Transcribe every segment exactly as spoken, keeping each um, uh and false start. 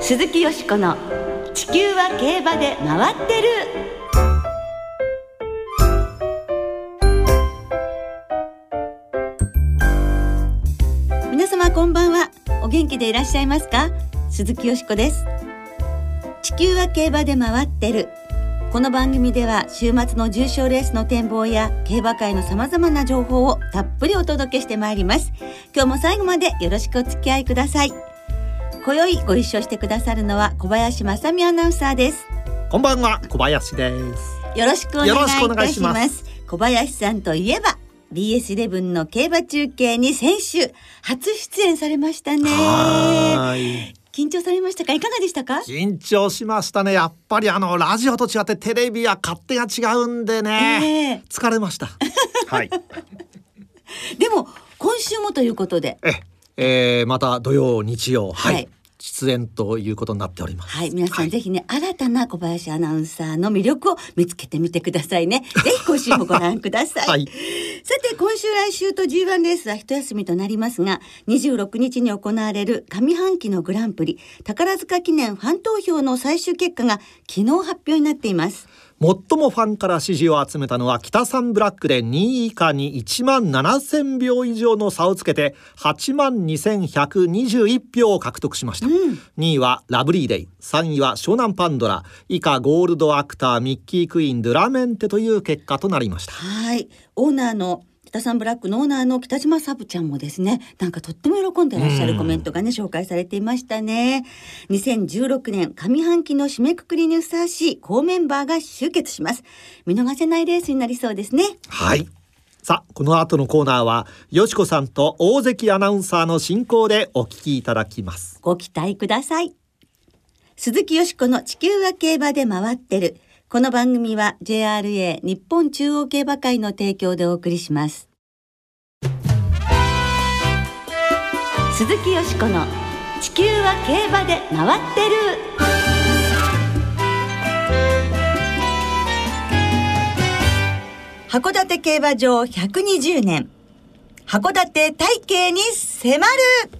鈴木よしこの地球は競馬で回ってる。皆様こんばんは。お元気でいらっしゃいますか？鈴木よしこです。地球は競馬で回ってる。この番組では週末の重賞レースの展望や競馬界のさまざまな情報をたっぷりお届けしてまいります。今日も最後までよろしくお付き合いください。今宵ご一緒してくださるのは小林正美アナウンサーです。 こんばんは、小林です。 よろしくお願いいたします。ます小林さんといえば ビーエスイレブン の競馬中継に先週初出演されましたね。 はい、 緊張されましたか？いかがでしたか？ 緊張しましたね。やっぱりあのラジオと違ってテレビは勝手が違うんでね、えー、疲れましたはいでも今週もということでえ、えー、また土曜日曜、はい、はい、出演ということになっております。 はい、皆さん、はい、ぜひね新たな小林アナウンサーの魅力を見つけてみてくださいね。ぜひ今週もご覧ください、はい、さて今週来週と ジーワン レースは一休みとなりますが、にじゅうろくにちに行われる上半期のグランプリ宝塚記念ファン投票の最終結果が昨日発表になっています。 最もファンから支持を集めたのは北サンブラックでにい以下にいちまんななせんびょう以上の差をつけてはちまんにせんひゃくにじゅういちひょうを獲得しました、うん、にいはラブリーデイ、さんいは湘南パンドラ、以下ゴールドアクター、ミッキークイーン、ドゥラメンテという結果となりました。 はい、オーナーの北サンブラックのオーナーの北島サブちゃんもですね、なんかとっても喜んでらっしゃるコメントがね紹介されていましたね。にせんじゅうろくねん上半期の締めくくりにふさわしい好メンバーが集結します。見逃せないレースになりそうですね。 はい、さあこの後のコーナーはよしこさんと大関アナウンサーの進行でお聞きいただきます。 ご期待ください。鈴木よしこの地球は競馬で回ってる。この番組は ジェイアールエー 日本中央競馬会の提供でお送りします。鈴木よしこの地球は競馬で回ってる。函館競馬場ひゃくにじゅうねん、函館大慶に迫る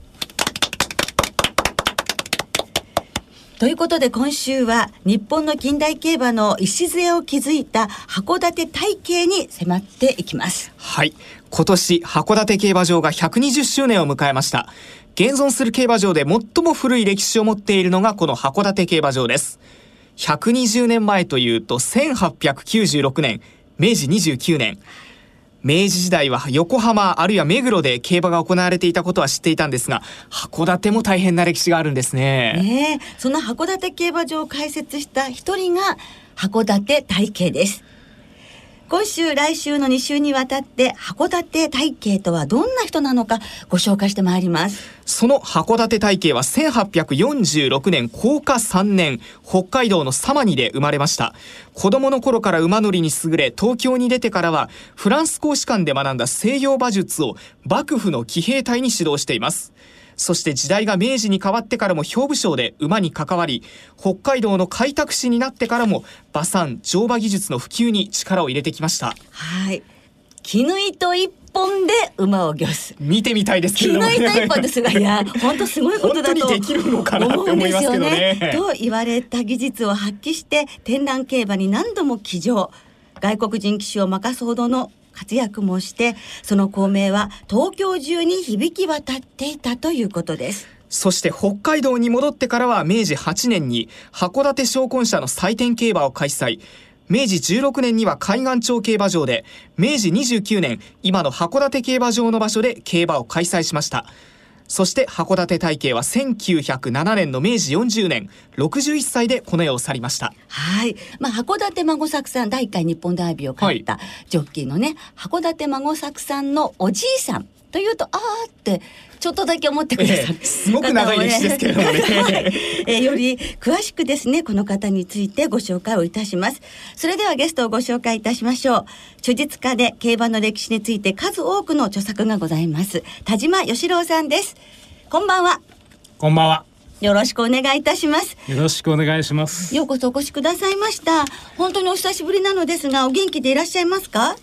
ということで、今週は日本の近代競馬の礎を築いた函館大慶に迫っていきます。 はい、今年函館競馬場がひゃくにじゅっしゅうねんを迎えました。現存する競馬場で最も古い歴史を持っているのがこの函館競馬場です。ひゃくにじゅうねんまえというとせんはっぴゃくきゅうじゅうろくねん、めいじにじゅうきゅうねん。明治時代は横浜あるいは目黒で競馬が行われていたことは知っていたんですが、函館も大変な歴史があるんですね。 ねえ、その函館競馬場を開設した一人が函館大慶です。今週来週のに週にわたって函館大慶とはどんな人なのかご紹介してまいります。 その函館大慶はせんはっぴゃくよんじゅうろくねんこうかさんねん、北海道のサマニで生まれました。子供の頃から馬乗りに優れ、東京に出てからはフランス公使館で学んだ西洋馬術を幕府の騎兵隊に指導しています。そして時代が明治に変わってからも兵部省で馬に関わり、北海道の開拓使になってからも馬産乗馬技術の普及に力を入れてきました。 はい、絹糸一本で馬を御す、 見てみたいですけれども、 絹糸一本ですが、いや本当すごいことだと本当にできるのかなって思いますけどね。 と言われた技術を発揮して天覧競馬に何度も騎乗、外国人騎手を任すほどの活躍もして、その功名は東京中に響き渡っていたということです。 そして北海道に戻ってからはめいじはちねんに函館商工社の祭典競馬を開催。めいじじゅうろくねんには海岸町競馬場で、めいじにじゅうきゅうねん今の函館競馬場の場所で競馬を開催しました。そして函館大慶はせんきゅうひゃくななねんのめいじよんじゅうねん、ろくじゅういっさいでこの世を去りました。 はい、まあ、函館孫作さん、だいいっかい日本ダービーを勝ったジョッキーのね、函館孫作さんのおじいさんというと、あーってちょっとだけ思ってくださる、えー、すごく長い歴史ですけれどもねえー、より詳しくですねこの方についてご紹介をいたします。それではゲストをご紹介いたしましょう。著述家で競馬の歴史について数多くの著作がございます田島義郎さんです。こんばんは。 こんばんは。 よろしくお願いいたします。 よろしくお願いします。 ようこそお越しくださいました。本当にお久しぶりなのですが、お元気でいらっしゃいますか？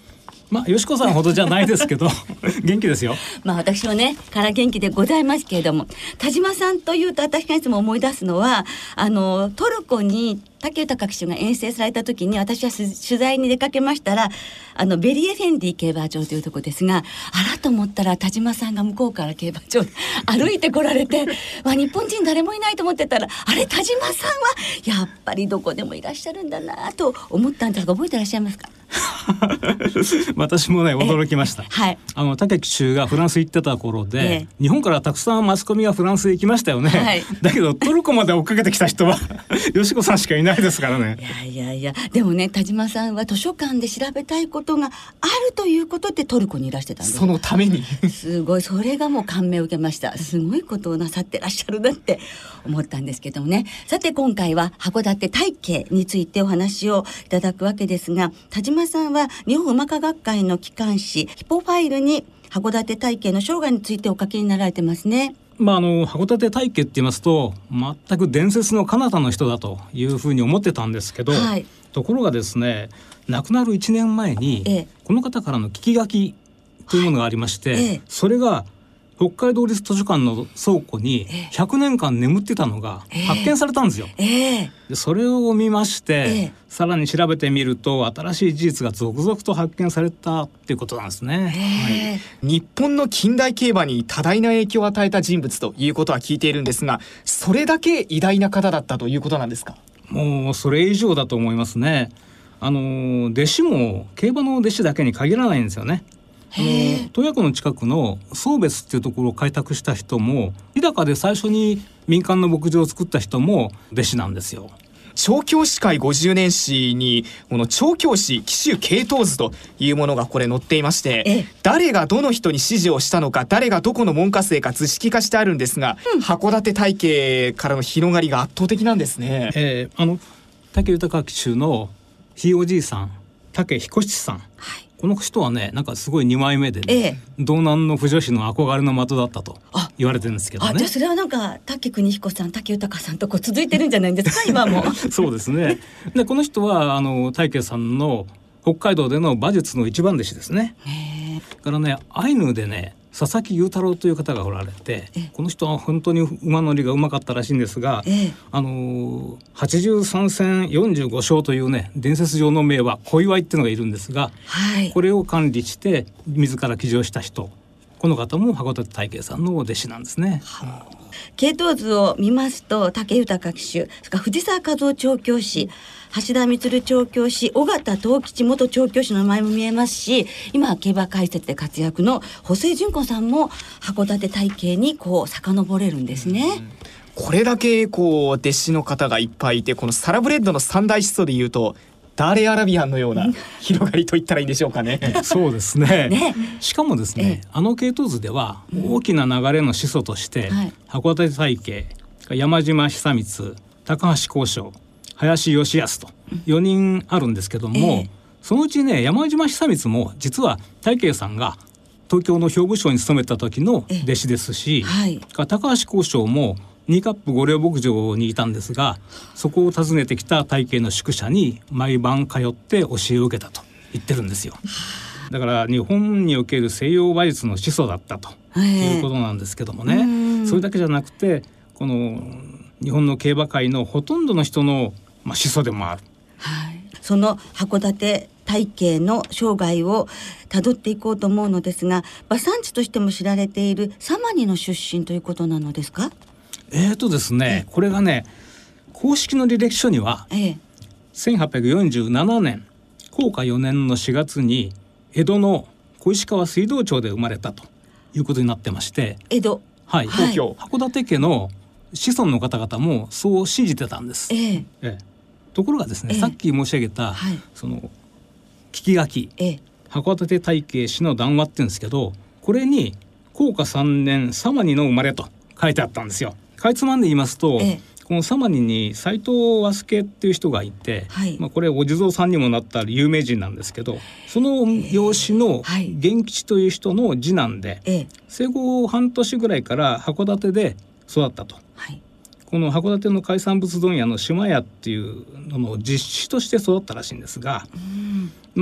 まあよしこさんほどじゃないですけど元気ですよ。 まあ私はねから元気でございますけれども、田島さんというと私がいつも思い出すのはあのトルコに武豊騎手が遠征された時に私は取材に出かけましたら、あのベリーエフェンディ競馬場というところですが、あらと思ったら田島さんが向こうから競馬場歩いてこられてわ日本人誰もいないと思ってたら、あれ田島さんはやっぱりどこでもいらっしゃるんだなと思ったんですが、覚えてらっしゃいますか？ 私もね驚きました。 はい、あの武騎手がフランス行ってた頃で、日本からたくさんマスコミがフランスへ行きましたよね、はい、だけどトルコまで追っかけてきた人はよしこさんしかいないですからね。 いやいやいや、でもね田島さんは図書館で調べたいことがあるということでトルコにいらしてたんです。 そのためにすごい、それがもう感銘を受けました。すごいことをなさってらっしゃるなって思ったんですけどもね。さて今回は函館大慶についてお話をいただくわけですが、田島さんは日本馬科学会の機関誌ヒポファイルに函館大慶の生涯についてお書きになられてますね。 まあ、あの函館大慶って言いますと全く伝説の彼方の人だというふうに思ってたんですけど、はい、ところがですね亡くなるいちねんまえに、ええ、この方からの聞き書きというものがありまして、はいええ、それが北海道立図書館の倉庫にひゃくねんかん眠ってたのが発見されたんですよ、ええ、でそれを見まして、ええ、さらに調べてみると新しい事実が続々と発見されたっていうことなんですね、 えはい、日本の近代競馬に多大な影響を与えた人物ということは聞いているんですが、それだけ偉大な方だったということなんですか？ もうそれ以上だと思いますね。あの弟子も競馬の弟子だけに限らないんですよね。あの洞爺湖の近くの宗別っていうところを開拓した人も、日高で最初に民間の牧場を作った人も弟子なんですよ。 調教師会ごじゅうねん史にこの調教師騎手系統図というものがこれ載っていまして、誰がどの人に指示をしたのか、誰がどこの門下生か図式化してあるんですが、うん、函館大慶からの広がりが圧倒的なんですね。 えー、あの武豊騎手のひいおじいさん武彦七さん、はい、この人はねなんかすごいにまいめで、ねええ、道南の婦女子の憧れの的だったと言われてるんですけどね。 あ、じゃあそれはなんか武邦彦さん武豊さんとこう続いてるんじゃないんですか今もそうですね。でこの人はあの大慶さんの北海道での馬術の一番弟子ですね。へー。からねアイヌでね佐々木雄太郎という方がおられて、この人は本当に馬乗りがうまかったらしいんですが、あのはちじゅうさんせんよんじゅうご勝というね伝説上の名馬小祝いっていうのがいるんですが、はい、これを管理して自ら騎乗した人、この方も函館大慶さんのお弟子なんですね。 はあ、系統図を見ますと武豊騎手、それから藤沢和夫調教師、橋田充調教師、尾形藤吉元調教師の名前も見えますし、今競馬解説で活躍の補正純子さんも函館大慶にこう遡れるんですね。うん、 これだけこう弟子の方がいっぱいいて、このサラブレッドの三大始祖でいうとダーレアラビアンのような広がりと言ったらいいんでしょうかね。 そうです ね, ねしかもですね、あの系統図では大きな流れの始祖として、うんはい、函館大慶、山島久光、高橋光章、林義康とよにんあるんですけども、ええ、そのうちね山島久光も実は大慶さんが東京の兵部省に勤めた時の弟子ですし、はい、高橋光章もニーカップ御陵牧場にいたんですが、そこを訪ねてきた大慶の宿舎に毎晩通って教えを受けたと言ってるんですよ。だから日本における西洋馬術の始祖だったということなんですけどもね、えー、それだけじゃなくてこの日本の競馬界のほとんどの人のまあ、始祖でもある、 はい、その函館大慶の生涯をたどっていこうと思うのですが、馬産地としても知られているサマニの出身ということなのですか？ えーとですね、これがね公式の履歴書には、ええ、せんはっぴゃくよんじゅうななねん弘化よねんのしがつに江戸の小石川水道町で生まれたということになってまして、 江戸、 はい、東京、はい、函館家の子孫の方々もそう信じてたんです、ええええ、ところがですね、ええ、さっき申し上げた、はい、その聞き書き、ええ、函館大慶氏の談話って言うんですけど、これに弘化さんねんサマニの生まれと書いてあったんですよ。かいつまんで言いますと、ええ、このサマニに斎藤和助っていう人がいて、はい、まあ、これお地蔵さんにもなった有名人なんですけど、その養子の源吉という人の次男で、ええ、生後半年ぐらいから函館で育ったと、はい、この函館の海産物問屋の島屋っていうのの実子として育ったらしいんですが、うん、まあ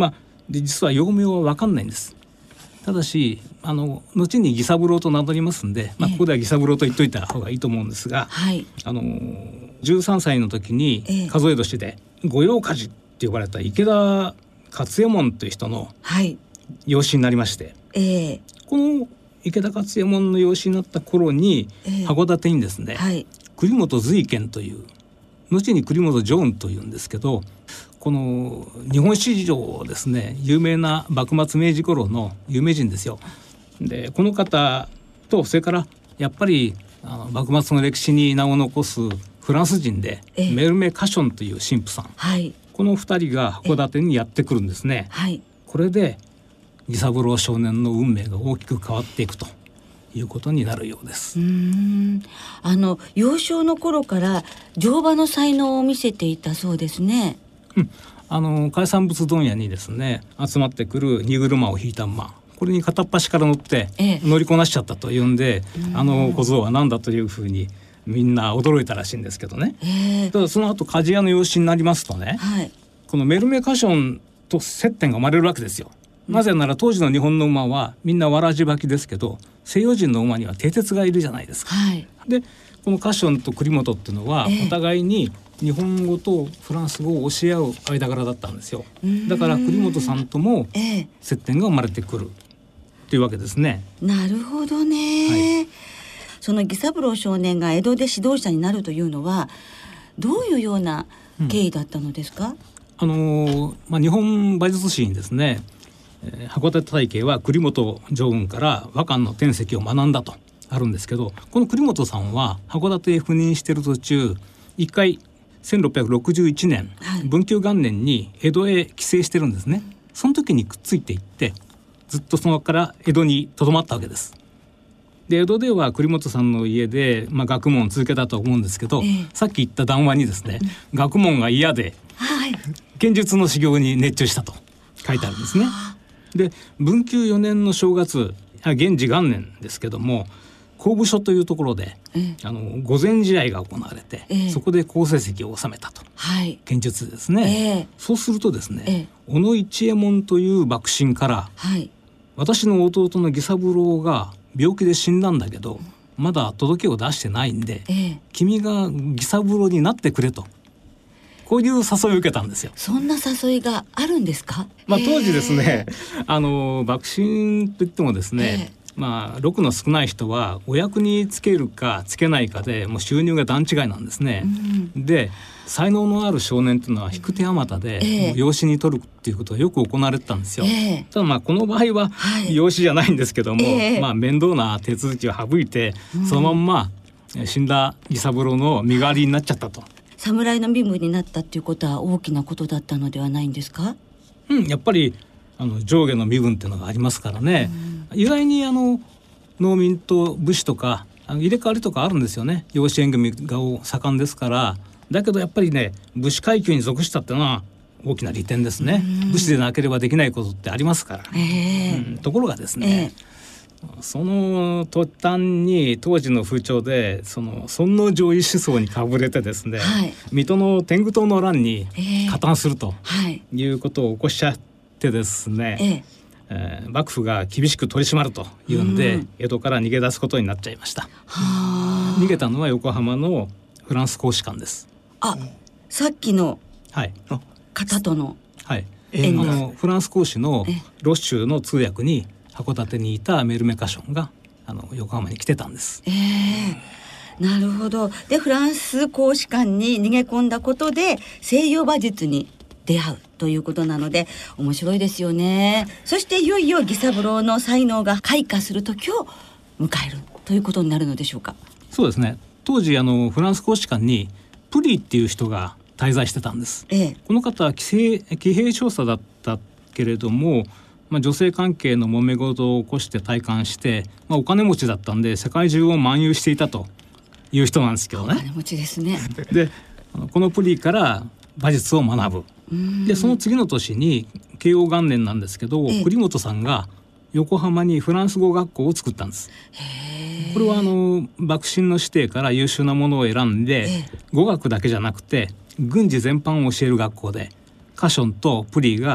で実は幼名は分かんないんです。ただしあの後に儀三郎と名乗りますんで、まあ、ここでは儀三郎と言っといた方がいいと思うんですが、 はい、 あのじゅうさんさいの時に数え年で御用家事って呼ばれた池田勝右衛門という人の養子になりまして、 えー、 この池田勝右衛門の養子になった頃に、えー、函館にですね、はい、栗本随賢という後に栗本常雲というんですけど、この日本史上ですね有名な幕末明治頃の有名人ですよ。でこの方とそれからやっぱりあの幕末の歴史に名を残すフランス人でメルメ・カションという神父さん、はい、このふたりが函館にやってくるんですね、はい、これで儀三郎少年の運命が大きく変わっていくということになるようです。 うーん、あの幼少の頃から乗馬の才能を見せていたそうですね。 うん、あの海産物問屋にですね集まってくる荷車を引いた馬、これに片っ端から乗って乗りこなしちゃったというんで、ええ、あの小僧は何だというふうにみんな驚いたらしいんですけどね、えー、ただその後鍛冶屋の養子になりますとね、はい、このメルメカションと接点が生まれるわけですよ。なぜなら当時の日本の馬はみんなわらじ履きですけど、西洋人の馬には蹄鉄がいるじゃないですか、はい、でこのカションと栗本っていうのはお互いに日本語とフランス語を教え合う間柄だったんですよ。だから栗本さんとも接点が生まれてくるというわけですね。 なるほどね、はい、その儀三郎少年が江戸で指導者になるというのはどういうような経緯だったのですか？ うん、あのまあ、日本馬術史にですね、えー、函館大慶は栗本常雲から和漢の天石を学んだとあるんですけど、この栗本さんは函館へ赴任している途中一回せんろっぴゃくろくじゅういちねん、はい、文久元年に江戸へ帰省してるんですね。その時にくっついていってずっとそのから江戸に留まったわけです。で江戸では栗本さんの家で、まあ、学問を続けたと思うんですけど、えー、さっき言った談話にですね、うん、学問が嫌で、はい、剣術の修行に熱中したと書いてあるんですね。で文久よねんの正月、元治元年ですけども甲部所というところで、えー、あの御前試合が行われて、えー、そこで好成績を収めたと、はい、剣術ですね、えー、そうするとですね、えー、小野一右衛門という幕臣から、はい、私の弟の儀三郎が病気で死んだんだけどまだ届けを出してないんで、えー、君が儀三郎になってくれと、こういう誘いを受けたんですよ。 そんな誘いがあるんですか？ まあ、当時ですね、あの幕臣といってもですね、まあ、禄の少ない人はお役につけるかつけないかでもう収入が段違いなんですね、うん、で才能のある少年というのは引く手あまたで、えー、養子に取るっていうことがよく行われてたんですよ、えー、ただまあこの場合は養子じゃないんですけども、はいまあ、面倒な手続きを省いて、うん、そのまんま死んだ儀三郎の身代わりになっちゃったと。 侍の身分になったっていうことは大きなことだったのではないんですか？ うん、やっぱりあの上下の身分っていうのがありますからね、うん、意外にあの農民と武士とか入れ替わりとかあるんですよね。養子縁組が盛んですから。だけどやっぱりね武士階級に属したってのは大きな利点ですね。武士でなければできないことってありますから、えーうん、ところがですね、えー、その途端に当時の風潮でその尊王攘夷思想にかぶれてですね、はい、水戸の天狗党の乱に加担するということを起こしちゃってですね、えーえー、幕府が厳しく取り締まるというんで、うん、江戸から逃げ出すことになっちゃいました。は逃げたのは横浜のフランス公使館です。 あ、さっきの方との、 はい、えー、あのフランス公使のロッシュの通訳に函館にいたメルメカションがあの横浜に来てたんです。 えー、なるほど。でフランス公使館に逃げ込んだことで西洋馬術に出会うということなので面白いですよね。そしていよいよ儀三郎の才能が開花する時を迎えるということになるのでしょうか？ そうですね。当時あのフランス公使館にプリーっていう人が滞在してたんです、ええ、この方は騎兵少佐だったけれども、まあ、女性関係の揉め事を起こして退官して、まあ、お金持ちだったんで世界中を漫遊していたという人なんですけどね。 お金持ちですね。 でこのプリーから馬術を学ぶ。でその次の年に慶応元年なんですけど、ええ、栗本さんが横浜にフランス語学校を作ったんです。へこれはあの幕臣の指定から優秀なものを選んで、ええ、語学だけじゃなくて軍事全般を教える学校でカションとプリーが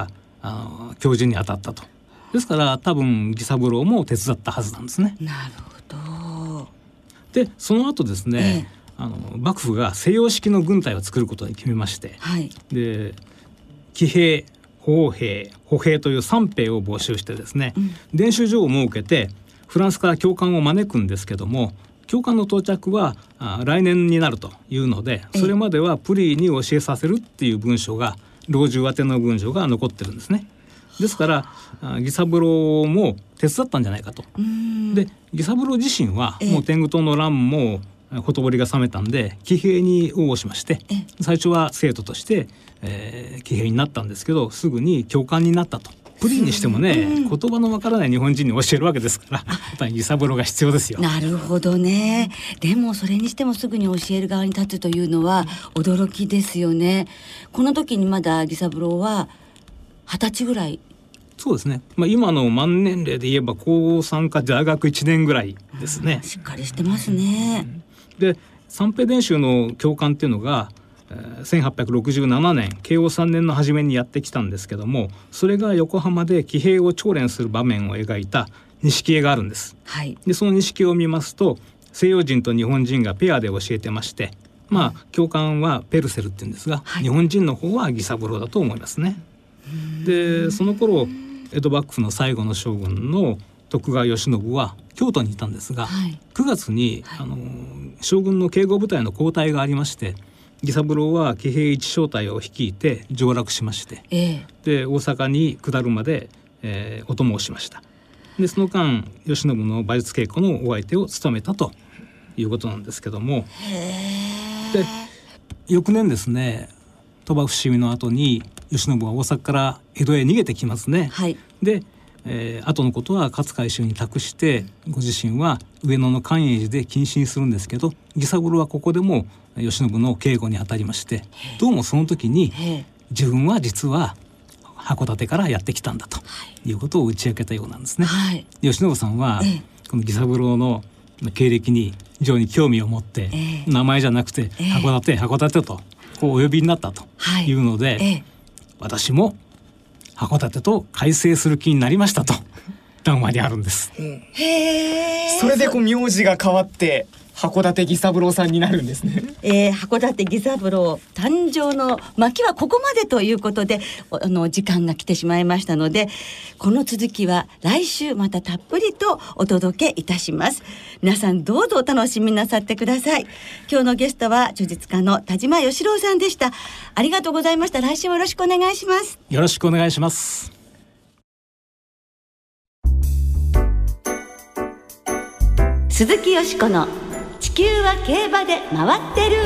あの教授に当たったと。ですから多分義三郎も手伝ったはずなんですね。 なるほど。 でその後ですね、ええ、あの幕府が西洋式の軍隊を作ることに決めまして、はい、で騎兵、砲兵、歩兵というさん兵を募集してですね、うん、練習場を設けてフランスから教官を招くんですけども、教官の到着はあ来年になるというので、それまではプリーに教えさせるっていう文書が老中宛ての文書が残ってるんですね。ですから義三郎も手伝ったんじゃないかと。で義三郎自身はもう天狗党の乱もほとぼりが冷めたんで騎兵に応募しまして、最初は生徒として、えー、騎兵になったんですけど、すぐに教官になったと。プリンにしてもね、うん、言葉のわからない日本人に教えるわけですから、やっぱり義三郎が必要ですよ。 なるほどね。でもそれにしてもすぐに教える側に立つというのは驚きですよね。この時にまだ義三郎は二十歳ぐらい。 そうですね、まあ、今の満年齢で言えば高さんか大学いちねんぐらいですね、 うん、しっかりしてますね、 うん、で三平伝習の教官っていうのがせんはっぴゃくろくじゅうななねん慶応さんねんの初めにやってきたんですけども、それが横浜で騎兵を調練する場面を描いた錦絵があるんです、はい、でその錦絵を見ますと西洋人と日本人がペアで教えてまして、まあ教官はペルセルって言うんですが、はい、日本人の方は義三郎だと思いますね。でその頃江戸幕府の最後の将軍の徳川慶喜は京都にいたんですが、はい、くがつに、はい、あの将軍の警護部隊の交代がありまして、義三郎は騎兵一小隊を率いて上洛しまして、えー、で大阪に下るまで、えー、お供をしました。でその間慶喜の馬術稽古のお相手を務めたということなんですけども、で翌年ですね、鳥羽伏見の後に慶喜は大阪から江戸へ逃げてきますね、はい、で、えー、後のことは勝海舟に託してご自身は上野の寛永寺で謹慎するんですけど、義三郎はここでも慶喜の警護に当たりまして、どうもその時に自分は実は函館からやってきたんだということを打ち明けたようなんですね、はい、慶喜さんはこの義三郎の経歴に非常に興味を持って、えー、名前じゃなくて函館、函館とこうお呼びになったというので、はい、えー私も函館と改正する気になりましたと談話にあるんです、うん、 へー、それでこう名字が変わって函館義三郎さんになるんですね、 えー、函館義三郎誕生の巻はここまでということで、あの時間が来てしまいましたので、この続きは来週またたっぷりとお届けいたします。皆さんどうぞお楽しみなさってください。今日のゲストは著述家の田島義郎さんでした。ありがとうございました。来週もよろしくお願いします。 よろしくお願いします。 鈴木よしこの地球は競馬で回ってる。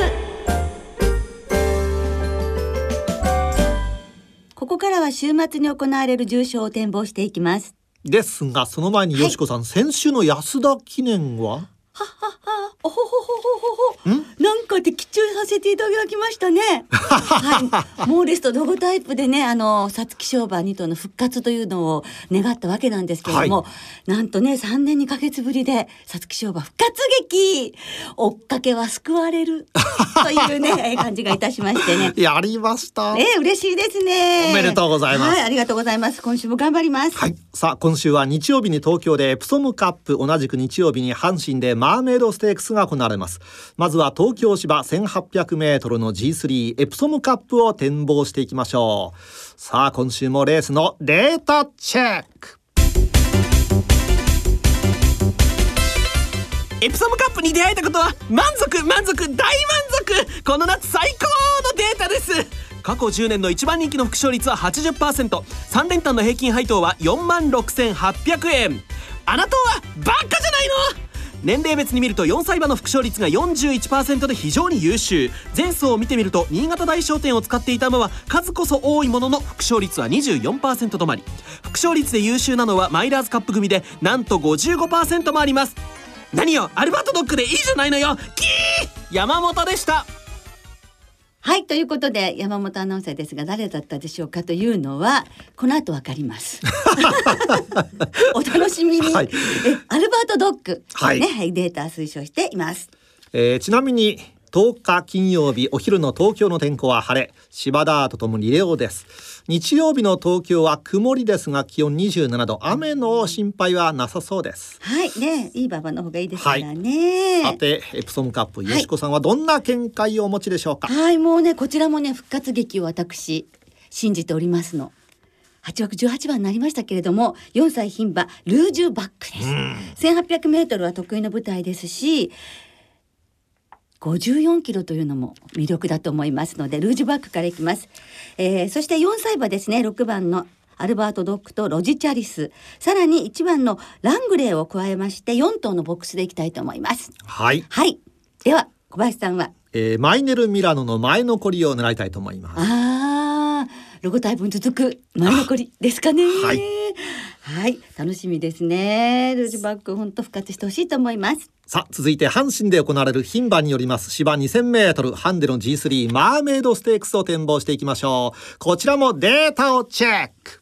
ここからは週末に行われる重賞を展望していきます。 ですがその前によしこさん、はい、先週の安田記念ははははおほほほほほほなんか的中させていただきましたねはい、モーレスとロゴタイプでね、あの皐月賞馬に頭の復活というのを願ったわけなんですけれども、はい、なんとねさんねんにかげつぶりで皐月賞馬復活劇、追っかけは救われるというね感じがいたしましてねやりました、 ね、嬉しいですね。 おめでとうございます、 はい、ありがとうございます。今週も頑張ります、 はい、さあ今週は日曜日に東京でエプソムカップ、同じく日曜日に阪神でマーメイドステークスが行われます。まずは東京芝せんはっぴゃくメートルの ジースリー エプソムカップを展望していきましょう。さあ今週もレースのデータチェック。 エプソムカップに出会えたことは満足満足大満足。この夏最高のデータです。過去じゅうねんの一番人気の副賞率は はちじゅっパーセント、 さん連単の平均配当はよんまんろくせんはっぴゃくえん。あなたはバカじゃないの。年齢別に見るとよんさい馬の副賞率が よんじゅういちパーセント で非常に優秀。前走を見てみると新潟大商店を使っていた馬は数こそ多いものの副賞率は にじゅうよんパーセント 止まり。副賞率で優秀なのはマイラーズカップ組でなんと ごじゅうごパーセント もあります。何よアルバートドッグでいいじゃないのよ。キー山本でした。 はい、ということで山本アナウンサーですが、誰だったでしょうかというのはこの後わかりますお楽しみに、はい、えアルバートドッグ、はいね、データ推奨しています、 えー、ちなみにとおか金曜日お昼の東京の天候は晴れ、芝ダートともにレオです。日曜日の東京は曇りですが気温にじゅうななど、雨の心配はなさそうです。 はいね、いいババの方がいいですからね、 はい、さてエプソムカップ、よしこさんはどんな見解をお持ちでしょうか。 はい、はい、もうねこちらもね復活劇を私信じておりますの。はちわくじゅうはちばんになりましたけれども、よんさい牝馬ルージュバックです。せんはっぴゃくメートルは得意の舞台ですし、ごじゅうよんキロというのも魅力だと思いますので、ルージュバックからいきます。えー、そしてよんさい馬ですね、ろくばんのアルバートドッグとロジチャリス、さらにいちばんのラングレーを加えましてよん頭のボックスでいきたいと思います。 はい、 はい、では小林さんは、 えー、マイネル・ミラノの前残りを狙いたいと思います。 あー、ロゴタイプに続く前残りですかね。はい、はい、楽しみですね。ルージュバック本当復活してほしいと思います。 さあ続いて阪神で行われる牝馬によります芝 にせんメートル ハンデの ジースリー マーメイドステークスを展望していきましょう。こちらもデータをチェック。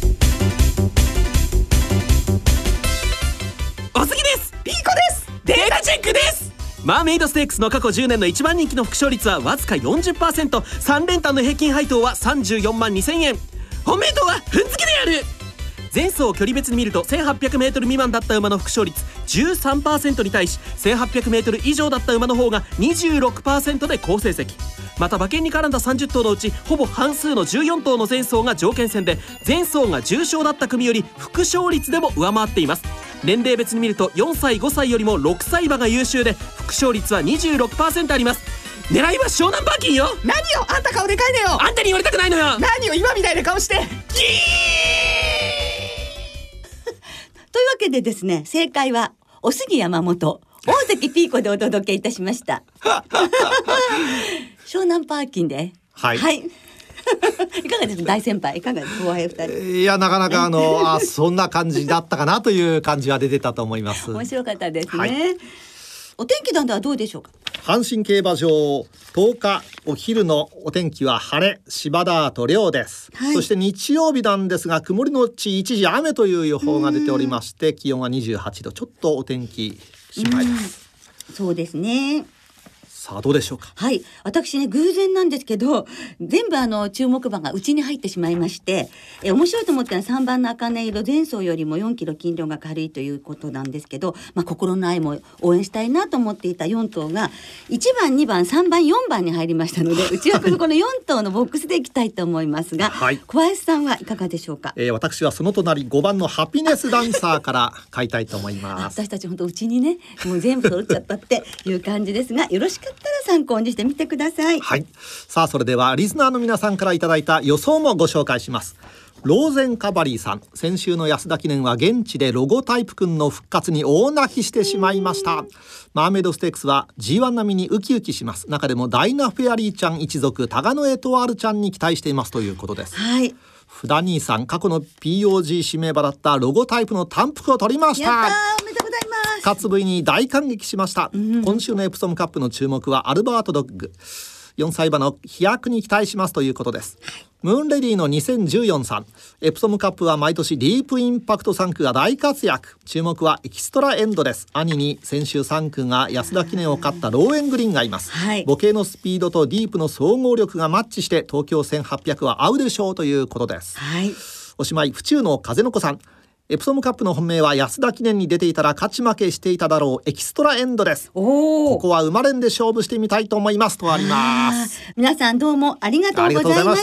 おすぎです。ピーコです。データチェックです。マーメイドステークスの過去じゅうねんのいちばん人気の副勝率はわずか よんじゅっパーセント、 さん連単の平均配当はさんじゅうよんまんにせんえん、本命当は踏んづけである。前走距離別に見ると せんはっぴゃくメートル 未満だった馬の副勝率 じゅうさんパーセント に対し せんはっぴゃくメートル 以上だった馬の方が にじゅうろくパーセント で好成績。また馬券に絡んださんじゅっ頭のうちほぼ半数のじゅうよん頭の前走が条件戦で、前走が重賞だった組より副勝率でも上回っています。年齢別に見るとよんさいごさいよりもろくさい馬が優秀で、副勝率は にじゅうろくパーセント あります。狙いは湘南バーキンよ。 何よ、あんた顔でかいねよ。 あんたに言われたくないのよ。 何よ、今みたいな顔してギーというわけでですね、正解はお杉山本、大関ピーコでお届けいたしました湘南パーキンで、はい、はい、いかがですか大先輩、いかがですか後輩ふたり。 いやなかなかあのあそんな感じだったかなという感じは出てたと思います。 面白かったですね、 はい、 お天気なんではどうでしょうか。 阪神競馬場とおかお昼のお天気は晴れ、芝ダートレオです、はい、そして日曜日なんですが曇りのち一時雨という予報が出ておりまして、気温はにじゅうはちど、ちょっとお天気心配です。 そうですね。 さあどうでしょうか。 はい、私ね偶然なんですけど全部あの注目馬がうちに入ってしまいまして、え面白いと思ったのはさんばんの茜色、前走よりもよんキロ斤量が軽いということなんですけど、まあ、心の愛も応援したいなと思っていたよん頭がいちばんにばんさんばんよんばんに入りましたので内枠のこのよん頭のボックスでいきたいと思いますが、はい、小林さんはいかがでしょうか。 えー、私はその隣ごばんのハピネスダンサーから買いたいと思います私たち本当うちにねもう全部揃っちゃったっていう感じですが、よろしかったら参考にしてみてください。 はい、さあそれではリスナーの皆さんからいただいた予想もご紹介します。ローゼンカバリーさん、先週の安田記念は現地でロゴタイプくんの復活に大泣きしてしまいました。マーメイドステークスは ジーワン 並みにウキウキします。中でもダイナフェアリーちゃん一族タガノエトワールちゃんに期待していますということです。 はい、 フダ兄さん、過去の ピーオージー 指名馬だったロゴタイプの単服を取りました。 やったー、おめでとうございます。 復活ぶりに大感激しました、うん、今週のエプソムカップの注目はアルバートドッグ、よんさい馬の飛躍に期待しますということです。ムーンレディのにせんじゅうよんさん、エプソムカップは毎年ディープインパクトさん区が大活躍。注目はエキストラエンドです。兄に先週さん区が安田記念を勝ったローエングリーンがいます、はい、母系のスピードとディープの総合力がマッチして東京せんはっぴゃくは合うでしょうということです、はい、おしまい府中の風の子さん、エプソムカップの本命は安田記念に出ていたら勝ち負けしていただろうエキストラエンドです。おここは生まれんで勝負してみたいと思いますとあります。 皆さんどうもありがとうございました。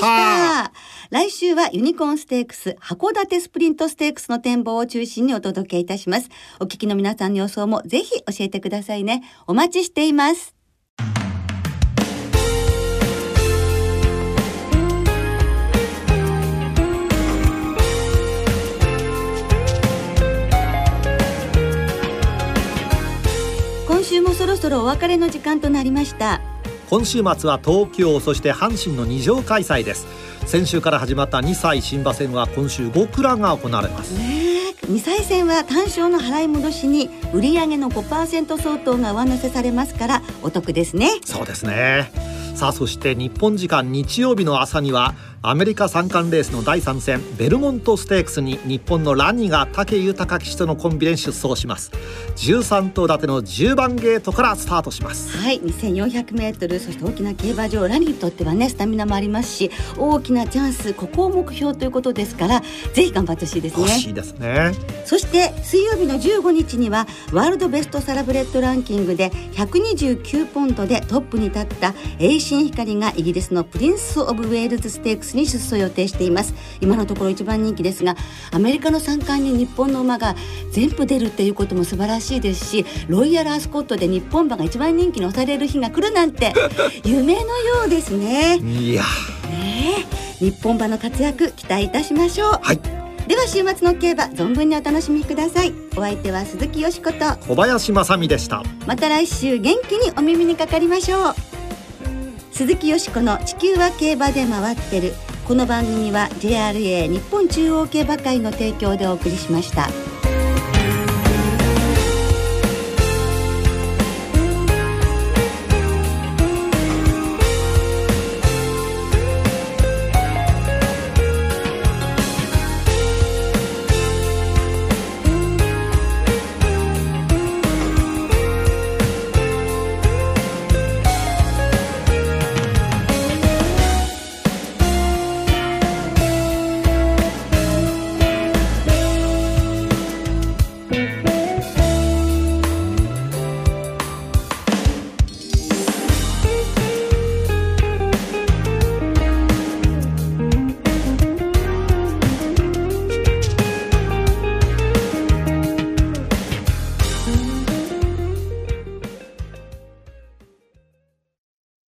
来週はユニコーンステークス、函館スプリントステークスの展望を中心にお届けいたします。お聞きの皆さんの予想もぜひ教えてくださいね。お待ちしています。今週もそろそろお別れの時間となりました。 今週末は東京、そして阪神のに乗開催です。先週から始まったにさい新馬戦は今週ごクラが行われます、 ね、にさい戦は単勝の払い戻しに売上の ごパーセント 相当が上乗せされますからお得ですね。 そうですね。さあそして日本時間日曜日の朝にはアメリカ三冠レースのだいさん戦ベルモントステークスに日本のラニが武豊騎手とのコンビで出走します。じゅうさん頭立てのじゅうばんゲートからスタートします。 はい、にせんよんひゃくメートル、そして大きな競馬場、ラニにとってはねスタミナもありますし、大きなチャンス、ここを目標ということですから、ぜひ頑張ってほしいですね。 欲しいですね。 そして水曜日のじゅうごにちにはワールドベストサラブレッドランキングでひゃくにじゅうきゅうポンドでトップに立った栄新光がイギリスのプリンスオブウェールズステークスに出走予定しています。今のところ一番人気ですが、アメリカの三冠に日本の馬が全部出るっていうことも素晴らしいですし、ロイヤルアスコットで日本馬が一番人気に押される日が来るなんて夢のようですね。 いやねえ、日本馬の活躍期待いたしましょう。 はい、 では週末の競馬存分にお楽しみください。お相手は鈴木よしこと小林正美でした。 また来週元気にお耳にかかりましょう。鈴木よしこの地球は競馬で回ってる。この番組は ジェイアールエー 日本中央競馬会の提供でお送りしました。